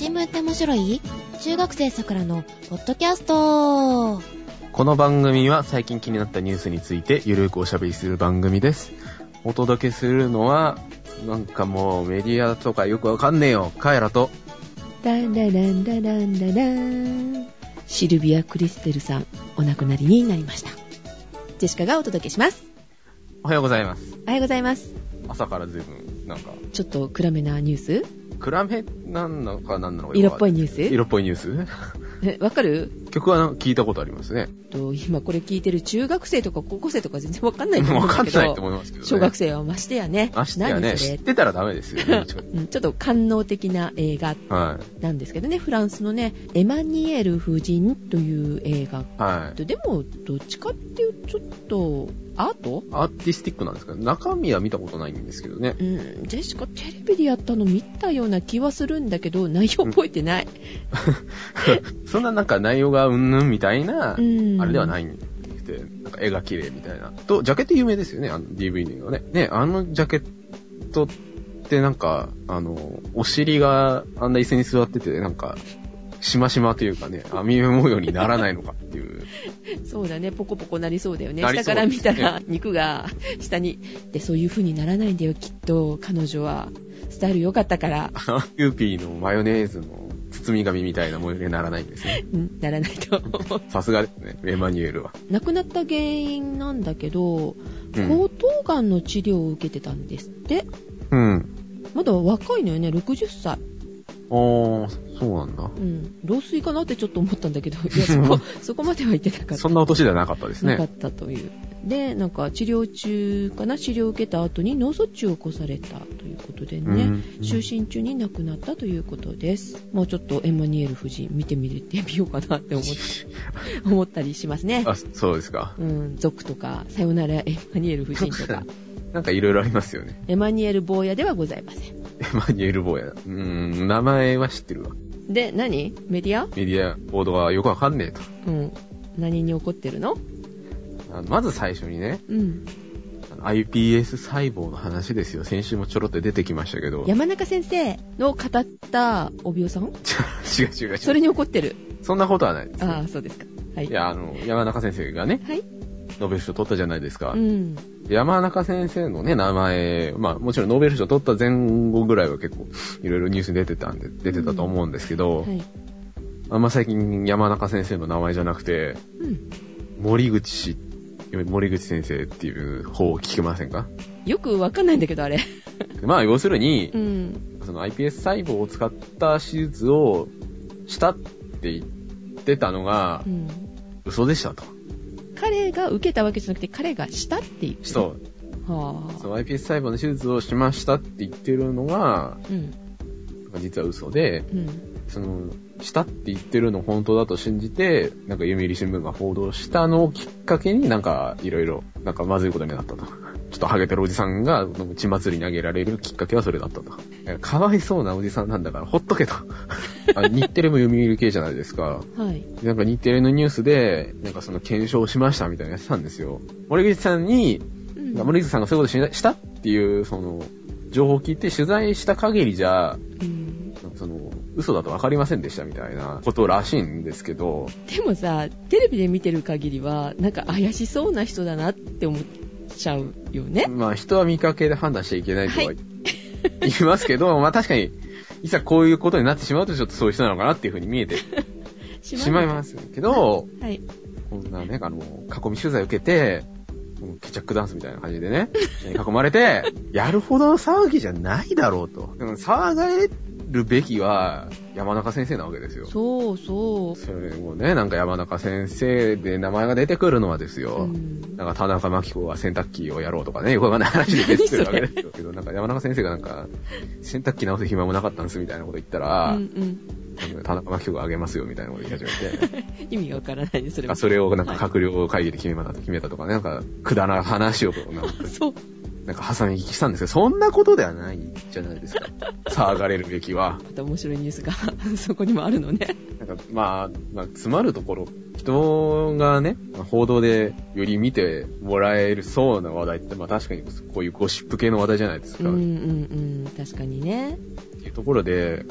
新聞って面白い？中学生さくらのポッドキャスト。 この番組は最近気になったニュースについてゆるくおしゃべりする番組です。お届けするのはなんかもうメディアとかよくわかんねえよ、カエラとダンダダンダダンダダン、シルビア・クリステルさんお亡くなりになりました。ジェシカがお届けします。 おはようございます。 おはようございます。 朝から随分なんかちょっと暗めなニュース、 暗めなんなのかなんなのか色っぽいニュース、 色っぽいニュースわかる？ 曲は聞いたことありますね。 今これ聞いてる中学生とか高校生とか全然わかんないと思うんだけど、 わかんないと思いますけどね。 小学生はましてやね。 ましてやね。知ってたらダメですよね。 ちょっと官能的な映画なんですけどね、フランスのね、エマニエル夫人という映画。 はい。 でもどっちかっていうとちょっとアーティスティックなんですか？中身は見たことないんですけどね。 ジェシカテレビでやったの見たような気はするんだけど内容覚えてない。 そんななんか内容がうんぬんみたいな、あれではないんで、なんか絵が綺麗みたいな。と、ジャケット有名ですよね、DVD のね。ね、ジャケットってなんか、お尻があんな椅子に座ってて、なんか、しましまというかね、網目模様にならないのかっていう。 そうだね、ポコポコなりそうだよね。 なりそう下から見たら肉が下に。で、そういう風にならないんだよ、きっと。彼女は。スタイル良かったから。 ユーピーのマヨネーズの包み紙みたいな模様にならないんですね。 ならないと思う。 さすがですね、エマニュエルは。 亡くなった原因なんだけど、喉頭がんの治療を受けてたんですって。まだ若いのよね、60歳。 そうなんだ。 老衰かなってちょっと思ったんだけど、いや、そこまでは言ってなかった。 そんなお年ではなかったですね。 なかったという。で、なんか治療中かな、治療を受けた後に脳卒中を起こされたということでね、就寝中に亡くなったということです。もうちょっとエマニエル夫人見てみようかなって思ったりしますね。 あ、そうですか。 族とか、さよならエマニエル夫人とか。 なんかいろいろありますよね。 エマニエル坊やではございません。 エマニエル坊や。名前は知ってるわ。 で、何？メディア報道はよくわかんねえと。 何に怒ってるの？ まず最初にね、iPS 細胞の話ですよ。先週もちょろっと出てきましたけど。 山中先生の語ったお病さん？ 違う。 それに怒ってる。 そんなことはないです。 ああ、そうですか。はい。 いや、山中先生がね、 はい。 ノーベル賞取ったじゃないですか。山中先生のね、名前、まあもちろんノーベル賞取った前後ぐらいは結構いろいろニュースに出てたと思うんですけど、あんま最近山中先生の名前じゃなくて、森口先生っていう方を聞けませんか？ よくわかんないんだけど、あれ。 まあ要するに、その iPS 細胞を使った手術をしたって言ってたのが、嘘でしたと。 彼が受けたわけじゃなくて、彼がしたっていう。 そう。その iPS 細胞の手術をしましたって言ってるのが、実は嘘で、その、したって言ってるの本当だと信じて、なんか読売新聞が報道したのをきっかけになんかいろいろ、なんかまずいことになったと。ちょっとハゲてるおじさんが血祭りにあげられるきっかけはそれだったと。かわいそうなおじさんなんだからほっとけと。日テレも読売系じゃないですか。 はい。 なんか日テレのニュースで、なんかその検証しましたみたいなやつなんですよ。森口さんに、森口さんがそういうことしたっていう、その、情報を聞いて取材した限りじゃ、その、嘘だと分かりませんでしたみたいなことらしいんですけど。 でもさ、テレビで見てる限りは、なんか怪しそうな人だなって思っちゃうよね。 まあ人は見かけで判断しちゃいけないとは言いますけど、まあ確かに、いざこういうことになってしまうとちょっとそういう人なのかなっていうふうに見えてしまいますけど、 はい。こんなね、囲み取材を受けて、ケチャックダンスみたいな感じでね、囲まれて、やるほどの騒ぎじゃないだろうと。でも騒がれるべきは山中先生なわけですよ。 そうそう。 それもね、なんか山中先生で名前が出てくるのはですよ。なんか田中真紀子が洗濯機をやろうとかね、よくわかんない話で出てくるわけですよ。けど、なんか山中先生がなんか、洗濯機直す暇もなかったんですみたいなこと言ったら、田中真紀子があげますよみたいなこと言い始めて。 意味がわからないです、それは。 それをなんか閣僚会議で決めたとかね、なんか、くだらな話をそう。 なんか挟み聞きしたんですけど、そんなことではないじゃないですか。騒がれるべきは。 また面白いニュースがそこにもあるのね。 なんかまあ、詰まるところ、人がね、報道でより見てもらえるそうな話題って、まあ確かにこういうゴシップ系の話題じゃないですか。 確かにね。 っていうところで、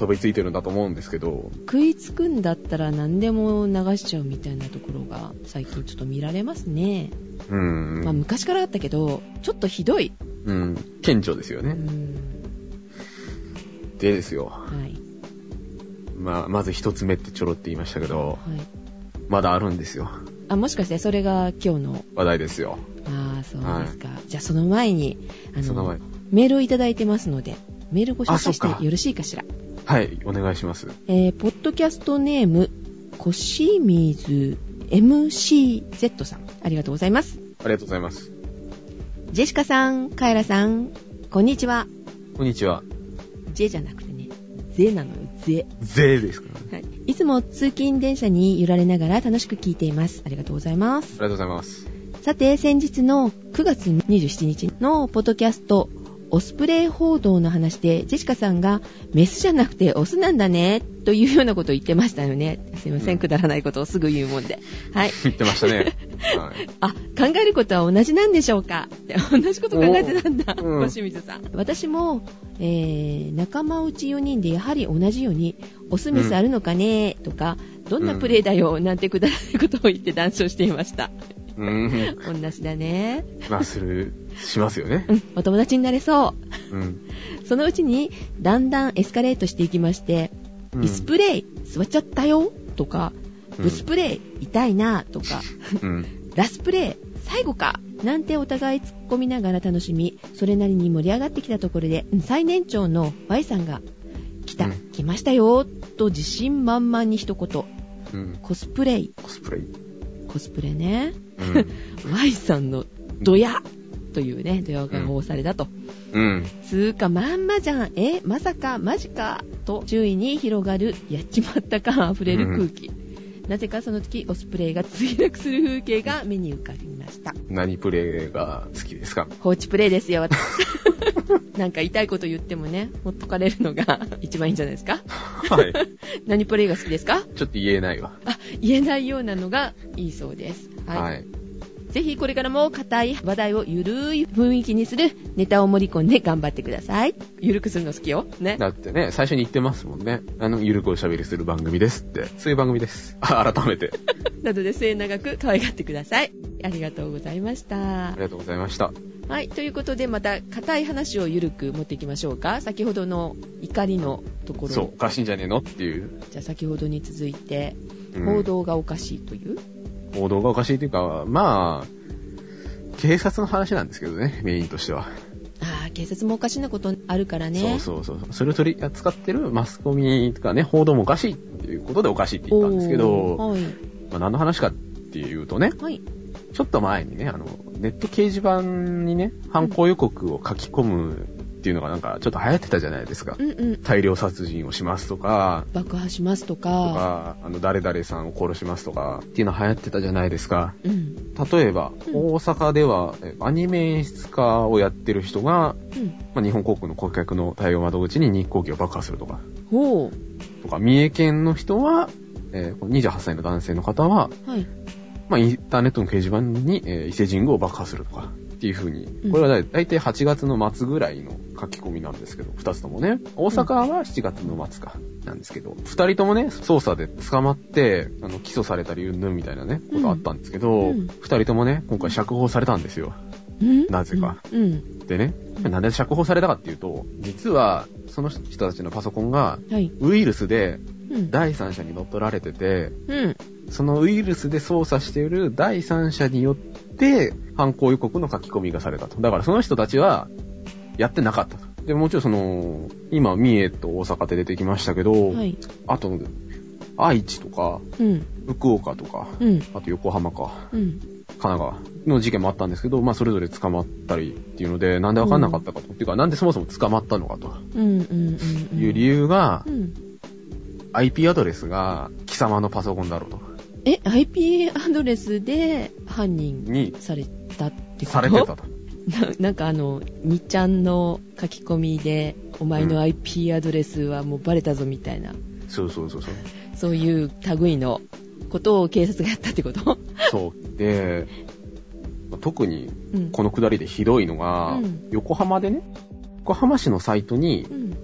飛びついてるんだと思うんですけど。 食いつくんだったら何でも流しちゃうみたいなところが最近ちょっと見られますね。まあ昔からあったけど、ちょっとひどい。 顕著ですよね。でですよ。はい。まず一つ目ってちょろって言いましたけど、はい、まだあるんですよ。 もしかしてそれが今日の話題ですよ。 そうですか。はい、じゃあその前に、メールをいただいてますので、メールご紹介してよろしいかしら。 はい、お願いします。 ポッドキャストネーム、コシミズ MCZ さん、ありがとうございます。 ありがとうございます。 ジェシカさん、カエラさん、こんにちは。 こんにちは。 ジェじゃなくてね、ゼなのよ、ゼ。 ゼですか、 はい。いつも通勤電車に揺られながら楽しく聞いています。ありがとうございます。 ありがとうございます。 さて、先日の9月27日のポッドキャスト、オスプレイ報道の話で、ジェシカさんがメスじゃなくてオスなんだね、というようなことを言ってましたよね。すいません、くだらないことをすぐ言うもんで。はい。 言ってましたね。はい、 考えることは同じなんでしょうか。同じこと考えてたんだ、小清水さん。私も、仲間内4人でやはり同じように、オスメスあるのかね、とか、どんなプレイだよ、なんてくだらないことを言って談笑していました。同じだね。 しますよね。 お友達になれそう。そのうちにだんだんエスカレートしていきまして、イスプレイ座っちゃったよとか、ブスプレイ痛いなとか、ラスプレイ最後かなんてお互い突っ込みながら楽しみ、それなりに盛り上がってきたところで、最年長の Y さんが来ましたよと自信満々に一言、コスプレね、Y さんのドヤというね、ドヤが放されたと。つーかまんまじゃん、まさかマジかと周囲に広がるやっちまった感あふれる空気。なぜかその時オスプレイが墜落する風景が目に浮かびました。 何プレイが好きですか？ 放置プレイですよ、私。なんか痛いこと言ってもね、ほっとかれるのが一番いいんじゃないですか？はい。何プレイが好きですか？ ちょっと言えないわ。 言えないようなのがいいそうです。はい。ぜひこれからも固い話題をゆるい雰囲気にするネタを盛り込んで頑張ってください。ゆるくするの好きよ。ね。 だってね、最初に言ってますもんね。ゆるくおしゃべりする番組ですって。そういう番組です。改めて。 なので末永く可愛がってください。ありがとうございました。 ありがとうございました。 はい。ということでまた固い話をゆるく持っていきましょうか。先ほどの怒りのところ。 そう、おかしいんじゃねえのっていう。 じゃあ先ほどに続いて、報道がおかしいという、 報道がおかしいというか、警察の話なんですけどね、メインとしては。 警察もおかしなことあるからね。 そう。それを取り扱ってるマスコミとかね、報道もおかしいっていうことでおかしいって言ったんですけど、はい、何の話かっていうとね、はい、ちょっと前にね、ネット掲示板にね、犯行予告を書き込むっていうのがなんかちょっと流行ってたじゃないですか。大量殺人をしますとか、 爆破しますとか、 誰々さんを殺しますとかっていうの流行ってたじゃないですか。例えば、大阪ではアニメ演出家をやってる人が、日本航空の顧客の対応窓口に日航機を爆破するとか。とか、三重県の人は、28歳の男性の方は、インターネットの掲示板に、伊勢神宮を爆破するとか。っていう風に、これはだいたい8月の末ぐらいの書き込みなんですけど、2つともね、大阪は7月の末か、なんですけど、2人ともね、捜査で捕まって、起訴されたりうんぬんみたいなね、ことあったんですけど、2人ともね、今回釈放されたんですよ。なぜか。でね、なんで釈放されたかっていうと、実は、その人たちのパソコンが、ウイルスで、第三者に乗っ取られてて、そのウイルスで操作している第三者によって、犯行予告の書き込みがされたと。だからその人たちは、やってなかったと。で、もちろん今、三重と大阪で出てきましたけど、あと、愛知とか、福岡とか、あと横浜か、神奈川の事件もあったんですけど、それぞれ捕まったりっていうので、なんでわかんなかったかと。っていうか、なんでそもそも捕まったのかと。いう理由が、IP アドレスが貴様のパソコンだろうと。 IP アドレスで犯人にされたってこと？ されてたと。 なんか2ちゃんの書き込みで、お前の IP アドレスはもうバレたぞみたいな。そういう類のことを警察がやったってこと？ そう。で、特にこのくだりでひどいのが、横浜でね、横浜市のサイトに、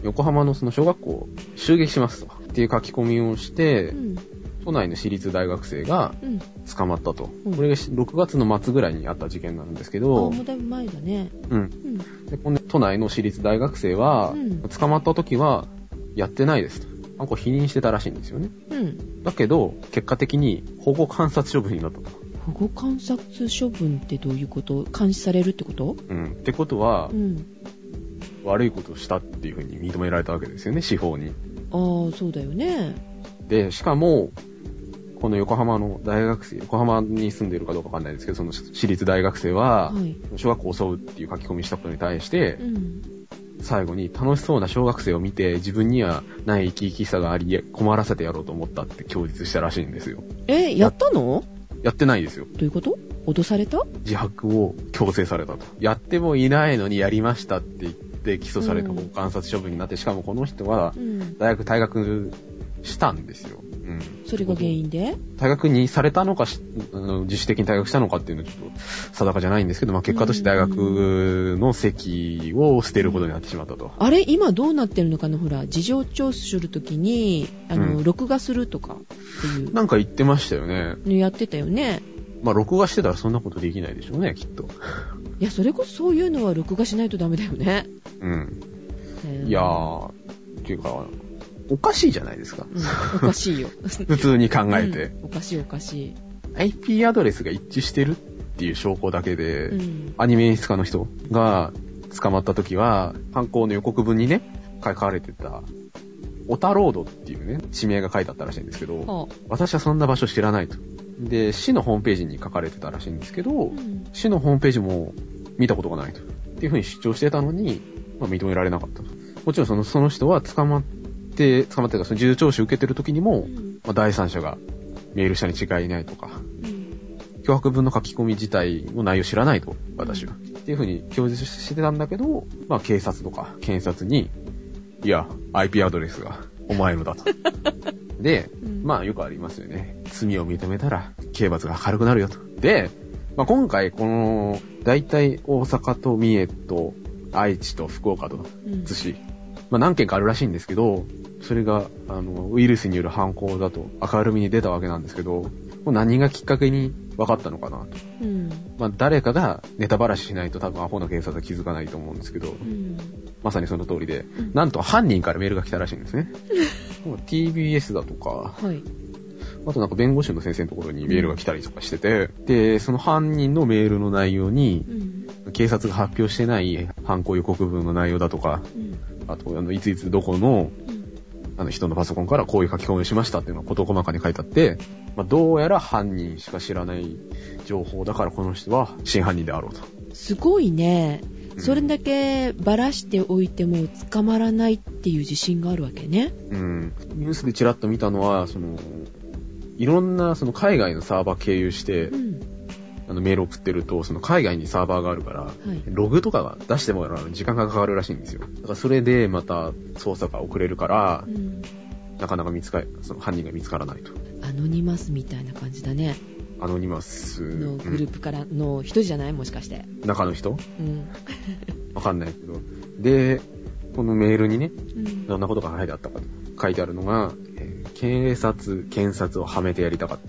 横浜のその小学校を襲撃しますと。っていう書き込みをして、都内の私立大学生が捕まったと。これが6月の末ぐらいにあった事件なんですけど。 もうだいぶ前だね。 で、この都内の私立大学生は、捕まった時は、やってないですと。犯行否認してたらしいんですよね。だけど、結果的に保護観察処分になったと。 保護観察処分ってどういうこと？監視されるってこと？ ってことは、悪いことをしたっていうふうに認められたわけですよね、司法に。 そうだよね。 で、しかも、この横浜の大学生、横浜に住んでいるかどうかわかんないですけど、その私立大学生は、小学校を襲うっていう書き込みしたことに対して、最後に楽しそうな小学生を見て自分にはない生き生きさがあり困らせてやろうと思ったって供述したらしいんですよ。 やったの？ やってないですよ。 どういうこと？脅された？ 自白を強制されたと。やってもいないのにやりましたって言って起訴された保護観察処分になって、しかもこの人は大学退学したんですよ。 それが原因で退学にされたのか自主的に退学したのかっていうのはちょっと定かじゃないんですけど、結果として大学の籍を捨てることになってしまったと。 あれ今どうなってるのかな。ほら事情聴取するときに録画するとかっていうなんか言ってましたよね。 やってたよね。 録画してたらそんなことできないでしょうね、きっと。 いや、それこそそういうのは録画しないとダメだよね。 いやー、っていうかおかしいじゃないですか。 おかしいよ。 普通に考えて。 おかしいおかしい。 IP アドレスが一致してるっていう証拠だけで、アニメ演出家の人が捕まった時は、犯行の予告文にね、書かれてた、オタロードっていうね、地名が書いてあったらしいんですけど、私はそんな場所知らないと。で、市のホームページに書かれてたらしいんですけど、市のホームページも見たことがないと。っていうふうに主張してたのに、認められなかったと。もちろんその人は捕まってか、その事情聴取受けてる時にも、第三者がメールしたに違いないとか、脅迫文の書き込み自体の内容知らないと、私は。っていう風に供述してたんだけど、警察とか検察に、いや、IP アドレスがお前のだと。で、よくありますよね。罪を認めたら刑罰が軽くなるよと。で、今回この、だいたい大阪と三重と愛知と福岡と津市、何件かあるらしいんですけど、それが、ウイルスによる犯行だと明るみに出たわけなんですけど、何がきっかけに分かったのかなと。誰かがネタばらししないと多分アホな警察は気づかないと思うんですけど、まさにその通りで、なんと犯人からメールが来たらしいんですね。TBS だとか、あとなんか弁護士の先生のところにメールが来たりとかしてて、で、その犯人のメールの内容に、警察が発表してない犯行予告文の内容だとか、あと、いついつどこの、人のパソコンからこういう書き込みをしましたっていうのを事細かに書いてあって、どうやら犯人しか知らない情報だからこの人は真犯人であろうと。 すごいね。それだけばらしておいても捕まらないっていう自信があるわけね。 ニュースでちらっと見たのは、いろんな海外のサーバー経由して、メールを送ってると、海外にサーバーがあるから、ログとかが出してもらうのに時間がかかるらしいんですよ。だからそれでまた捜査が遅れるから、なかなか犯人が見つからないと。 アノニマスみたいな感じだね。 アノニマスのグループからの一人じゃない？もしかして。 中の人？わかんないけど。で、このメールにね、どんなことが書いてあったか書いてあるのが、警察、検察をはめてやりたかった。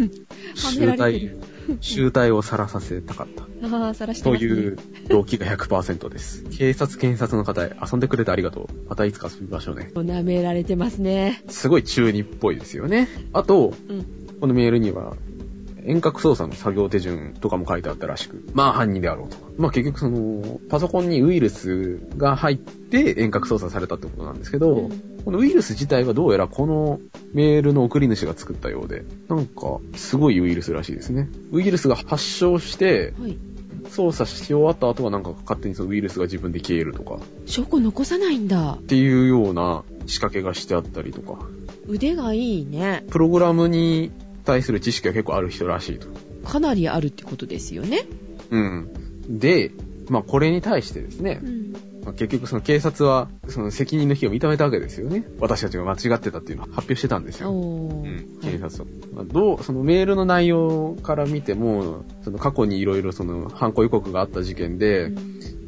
集体を晒させたかった。 晒してますね。 という動機が 100% です。警察、検察の方へ遊んでくれてありがとう。またいつか遊びましょうね。 舐められてますね。 すごい中二っぽいですよね。あと、このメールには、遠隔操作の作業手順とかも書いてあったらしく、犯人であろうと。結局パソコンにウイルスが入って遠隔操作されたってことなんですけど、このウイルス自体はどうやらこのメールの送り主が作ったようで、なんかすごいウイルスらしいですね。ウイルスが発症して、操作し終わった後はなんか勝手にそのウイルスが自分で消えるとか。 証拠残さないんだ。 っていうような仕掛けがしてあったりとか。 腕がいいね。 プログラムに対する知識が結構ある人らしいと。 かなりあるってことですよね。 で、これに対してですね、結局警察は責任の非を認めたわけですよね。私たちが間違ってたっていうのを発表してたんですよ。警察は。そのメールの内容から見ても、過去にいろいろ犯行予告があった事件で、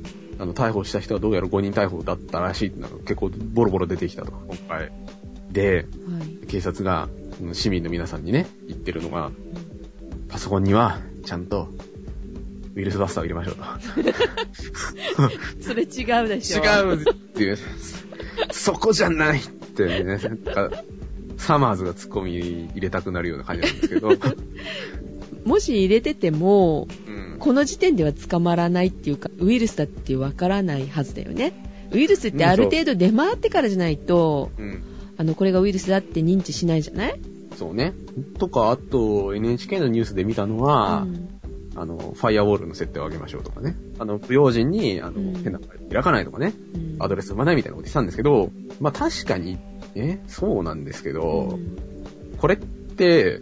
逮捕した人はどうやら5人逮捕だったらしいってのが結構ボロボロ出てきたと、今回。で、はい、警察が市民の皆さんにね、言ってるのが、パソコンにはちゃんとウイルスバスターを入れましょうと。 それ違うでしょ。 違うっていう。そこじゃないってね、なんかサマーズがツッコミ入れたくなるような感じなんですけど。 もし入れてても、この時点では捕まらないっていうか、ウイルスだってわからないはずだよね。ウイルスってある程度出回ってからじゃないと、これがウイルスだって認知しないじゃない？ そうね。とか、あと NHK のニュースで見たのは、ファイアウォールの設定を上げましょうとかね。不用心に、変なファイル開かないとかね。アドレス踏まないみたいなこと言ってたんですけど、まあ確かに、そうなんですけど、これって、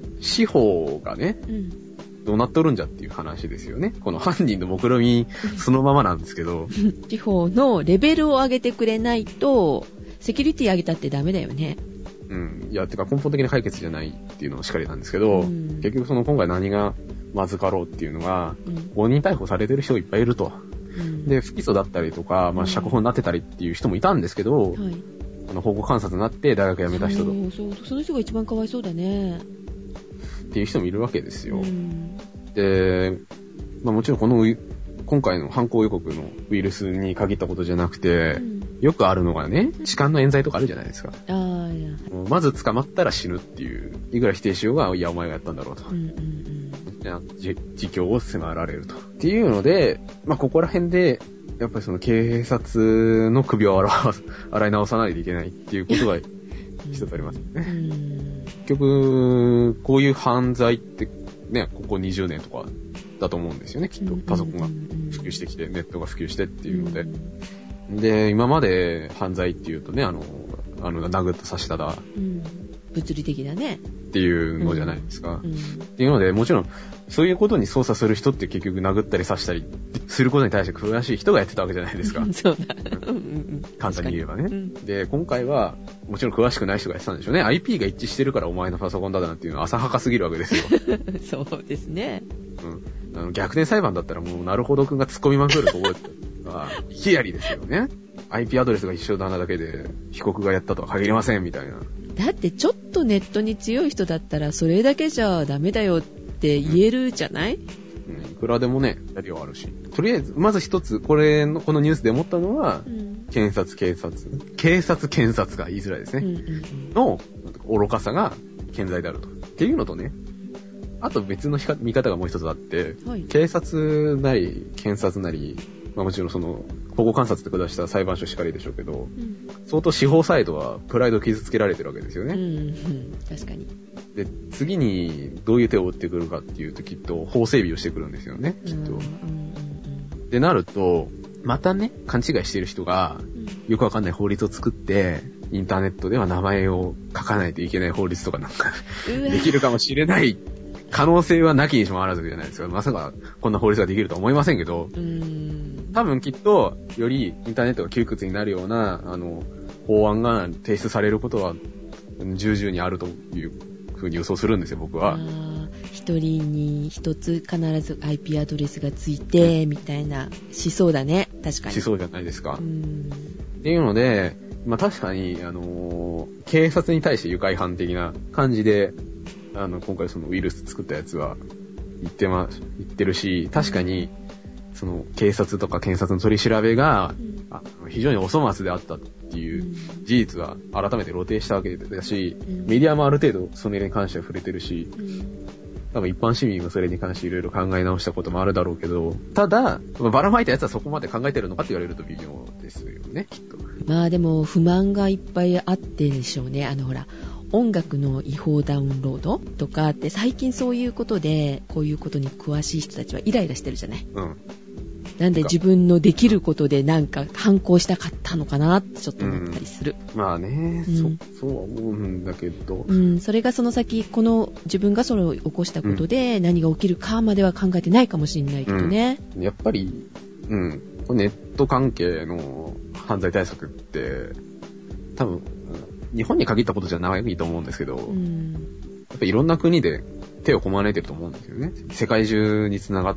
司法がね、どうなっとるんじゃっていう話ですよね。この犯人の目論みそのままなんですけど。 司法のレベルを上げてくれないと、セキュリティ上げたってダメだよね。 いや、てか根本的な解決じゃないっていうのはしっかりなんですけど、結局今回何がまずかろうっていうのが、5人逮捕されてる人いっぱいいると。で、不起訴だったりとか、まあ、釈放になってたりっていう人もいたんですけど、保護観察になって大学辞めた人と。 その人が一番かわいそうだね。 っていう人もいるわけですよ。で、まあもちろん今回の犯行予告のウイルスに限ったことじゃなくて、よくあるのがね、痴漢の冤罪とかあるじゃないですか。まず捕まったら死ぬっていう、いくら否定しようが、いやお前がやったんだろうと。自供を迫られると。っていうので、まあここら辺で、やっぱり警察の首を洗い直さないといけないっていうことが一つありますよね。結局、こういう犯罪ってね、ここ20年とかだと思うんですよね、きっと。パソコンが普及してきて、ネットが普及してっていうので。で、今まで犯罪っていうとね、殴った刺しただ。 物理的だね。 っていうのじゃないですか。っていうので、もちろん、そういうことに操作する人って結局殴ったり刺したりすることに対して詳しい人がやってたわけじゃないですか。 そうだ。 簡単に言えばね。で、今回は、もちろん詳しくない人がやってたんでしょうね。IP が一致してるからお前のパソコンだなんていうのは浅はかすぎるわけですよ。 そうですね。 逆転裁判だったらもうなるほどくんが突っ込みまくるところが、いきなりですよね。IP アドレスが一緒だなだけで、被告がやったとは限りませんみたいな。 だってちょっとネットに強い人だったら、それだけじゃダメだよって言えるじゃない？いくらでもね、やりようあるし。とりあえず、まず一つ、このニュースで思ったのは、検察が言いづらいですね。の、愚かさが健在であると。っていうのとね、あと別の見方がもう一つあって、警察なり、検察なり、まあもちろん保護観察で下した裁判所しかりでしょうけど、相当司法サイドはプライドを傷つけられてるわけですよね。 確かに。 で、次にどういう手を打ってくるかっていうときっと法整備をしてくるんですよね、きっと。でなると、またね、勘違いしてる人が、よくわかんない法律を作って、インターネットでは名前を書かないといけない法律とかなんかできるかもしれない可能性はなきにしもあらずじゃないですか。まさかこんな法律ができるとは思いませんけど、多分きっとよりインターネットが窮屈になるような法案が提出されることは重々にあるというふうに予想するんですよ、僕は。 一人に一つ必ず IP アドレスがついてみたいなしそうだね。確かに。 しそうじゃないですか。っていうので、まあ確かに警察に対して愉快犯的な感じで今回ウイルス作ったやつは言ってるし、確かに警察とか検察の取り調べが、非常にお粗末であったっていう事実は改めて露呈したわけだし、メディアもある程度それに関しては触れてるし、多分一般市民もそれに関していろいろ考え直したこともあるだろうけど、ただ、ばらまいたやつはそこまで考えてるのかって言われると微妙ですよね、きっと。 まあでも不満がいっぱいあってでしょうね。ほら、音楽の違法ダウンロードとかって最近そういうことで、こういうことに詳しい人たちはイライラしてるじゃない。なんで自分のできることでなんか反抗したかったのかなってちょっと思ったりする。 まあね、そうは思うんだけど。 それがその先、自分がそれを起こしたことで何が起きるかまでは考えてないかもしれないけどね。 やっぱり、ネット関係の犯罪対策って、多分、日本に限ったことじゃないと思うんですけど、やっぱいろんな国で手をこまねてると思うんですよね。世界中に繋がって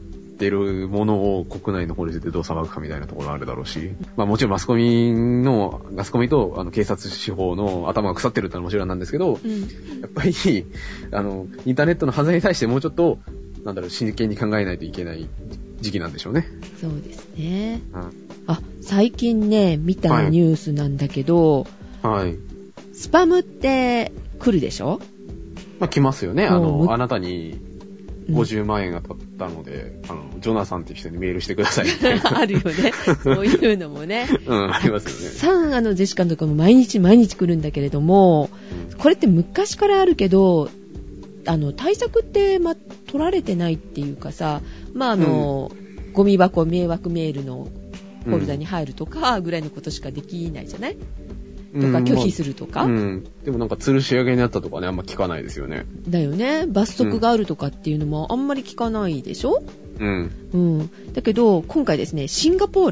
てるものを国内の法律でどう裁くかみたいなところあるだろうし、まあもちろんマスコミと警察司法の頭が腐ってるってのはもちろんなんですけど、やっぱり、インターネットの犯罪に対してもうちょっと、真剣に考えないといけない時期なんでしょうね。 そうですね。最近ね、見たニュースなんだけど、はい。スパムって来るでしょ？ まあ来ますよね。あなたに50万円が経ったので、ジョナサンっていう人にメールしてくださいみたいな。 あるよね。そういうのもね。 ありますよね。 たくさんジェシカのところも毎日来るんだけれども、これって昔からあるけど、対策って、取られてないっていうかさ、ゴミ箱、迷惑メールのフォルダに入るとかぐらいのことしかできないじゃない？とか拒否するとか、 でも吊るし上げになったとかね、あんま聞かないですよね。 だよね。罰則があるとかっていうのもあんまり聞かないでしょ？だけど今回ですね、シンガポー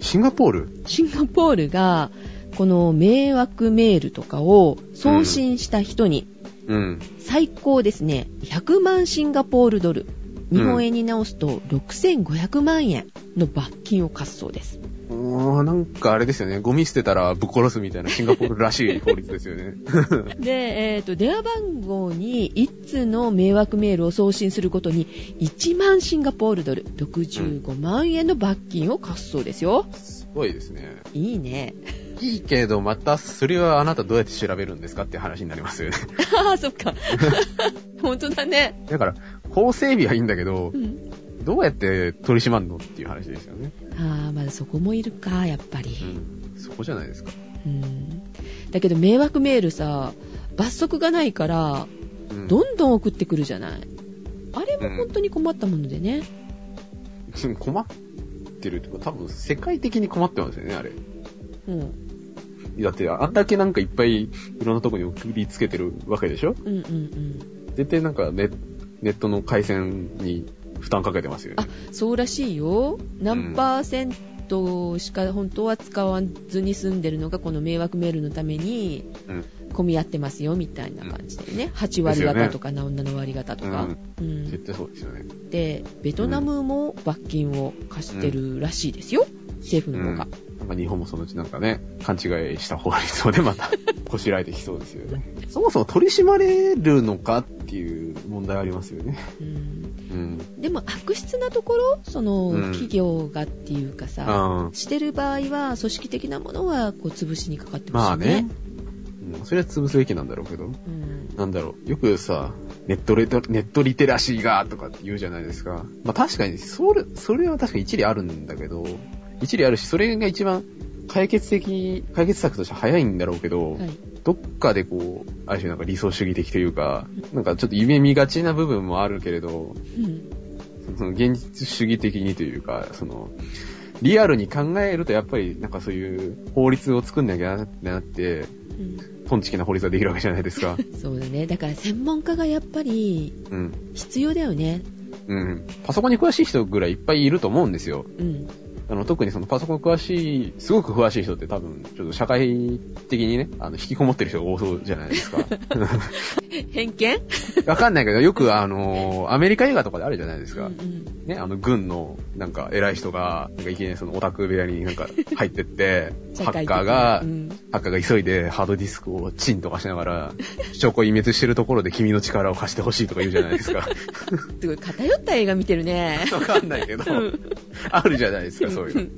ルがこの迷惑メールとかを送信した人に、最高ですね100万シンガポールドル、日本円に直すと6500万円の罰金を課すそうです。 なんかあれですよね。ゴミ捨てたらぶっ殺すみたいなシンガポールらしい法律ですよね。 で、電話番号に1通の迷惑メールを送信することに1万シンガポールドル、65万円の罰金を課すそうですよ。 すごいですね。 いいね。 いいけど、またそれはあなたどうやって調べるんですかって話になりますよね。 そっか。本当だね。 だから、法整備はいいんだけど、どうやって取り締まるのっていう話ですよね。 まだそこもいるか、やっぱり。 そこじゃないですか。 だけど迷惑メールさ、罰則がないから、どんどん送ってくるじゃない。あれも本当に困ったものでね。 困ってるっていうか、多分世界的に困ってますよね、あれ。だって、あんだけいっぱいいろんなとこに送りつけてるわけでしょ？絶対ネットの回線に負担かけてますよね。 そうらしいよ。何%しか本当は使わずに済んでるのがこの迷惑メールのために混み合ってますよみたいな感じでね。8割方とか7割方とか。 絶対そうですよね。 で、ベトナムも罰金を課してるらしいですよ。政府の方が。 日本もそのうち勘違いした法律をね、またこしらえてきそうですよね。そもそも取り締まれるのかっていう問題ありますよね。 でも悪質なところ、企業がっていうかさ、してる場合は組織的なものは潰しにかかってほしいね。 それは潰すべきなんだろうけど、よくさ、ネットリテラシーがとかって言うじゃないですか。確かにそれは確かに一理あるんだけど、一理あるし、それが一番解決策として早いんだろうけど、どっかである種理想主義的というか、ちょっと夢見がちな部分もあるけれど、その現実主義的にというか、リアルに考えるとやっぱりそういう法律を作んなきゃなって、ポンチキな法律ができるわけじゃないですか。 そうだね。だから専門家がやっぱり必要だよね。 パソコンに詳しい人ぐらいいっぱいいると思うんですよ。特にパソコンすごく詳しい人って多分、ちょっと社会的にね、引きこもってる人が多そうじゃないですか。 偏見？ わかんないけど、よくアメリカ映画とかであるじゃないですか。ね、軍の偉い人が、いきなりオタク部屋に入ってって、ハッカーが急いでハードディスクをチンとかしながら、証拠隠滅してるところで君の力を貸してほしいとか言うじゃないですか。 すごい偏った映画見てるね。 わかんないけど、あるじゃないですか、そういうのって。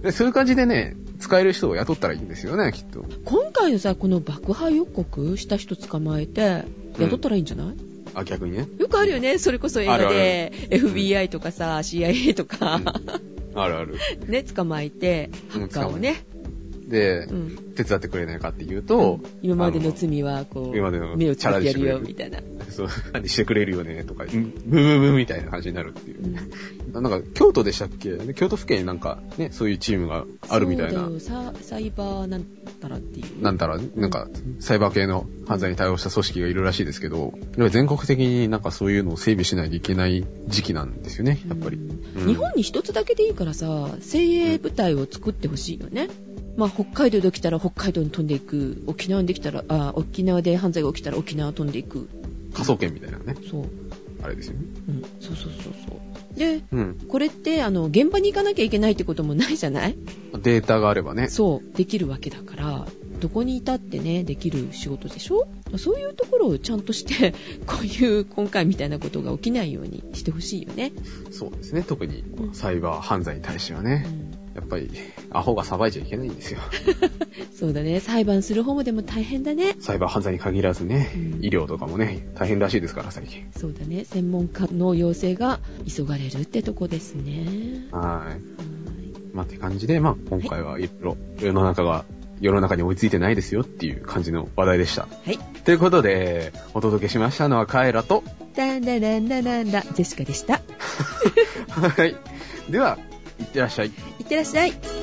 そういう感じでね、使える人を雇ったらいいんですよね、きっと。 今回のさ、この爆破予告した人捕まえて、雇ったらいいんじゃない？ 逆にね。 よくあるよね、それこそ映画で、FBI とかさ、CIA とか。 あるある。 ね、捕まえて、ハッカーをね。 で、手伝ってくれないかって言うと、 今までの罪は、目をつぶってやるよ、みたいな。 そう、何してくれるよね、とか、ブーみたいな感じになるっていう。京都でしたっけ？京都府警にね、そういうチームがあるみたいな。 そうだよ、サイバーなんたらっていう。 サイバー系の犯罪に対応した組織がいるらしいですけど、全国的にそういうのを整備しないといけない時期なんですよね、やっぱり。 日本に一つだけでいいからさ、精鋭部隊を作ってほしいよね。北海道で起きたら北海道に飛んでいく。沖縄で犯罪が起きたら沖縄飛んでいく。 科捜研みたいなね。 そう。 あれですよね。 そう。で、これって現場に行かなきゃいけないってこともないじゃない？ データがあればね。 そう、できるわけだから、どこにいたってね、できる仕事でしょ？そういうところをちゃんとして、こういう今回みたいなことが起きないようにしてほしいよね。 そうですね。特にサイバー犯罪に対してはね。やっぱり、アホが裁いちゃいけないんですよ。 そうだね。裁判する方もでも大変だね。 サイバー犯罪に限らずね、医療とかもね、大変らしいですから、最近。 そうだね。専門家の要請が急がれるってとこですね。 はい。って感じで、今回はいろいろ世の中に追いついてないですよっていう感じの話題でした。 はい。 ということで、お届けしましたのはカエラと、 ジェシカでした。 はい。では、いってらっしゃい。 いってらっしゃい。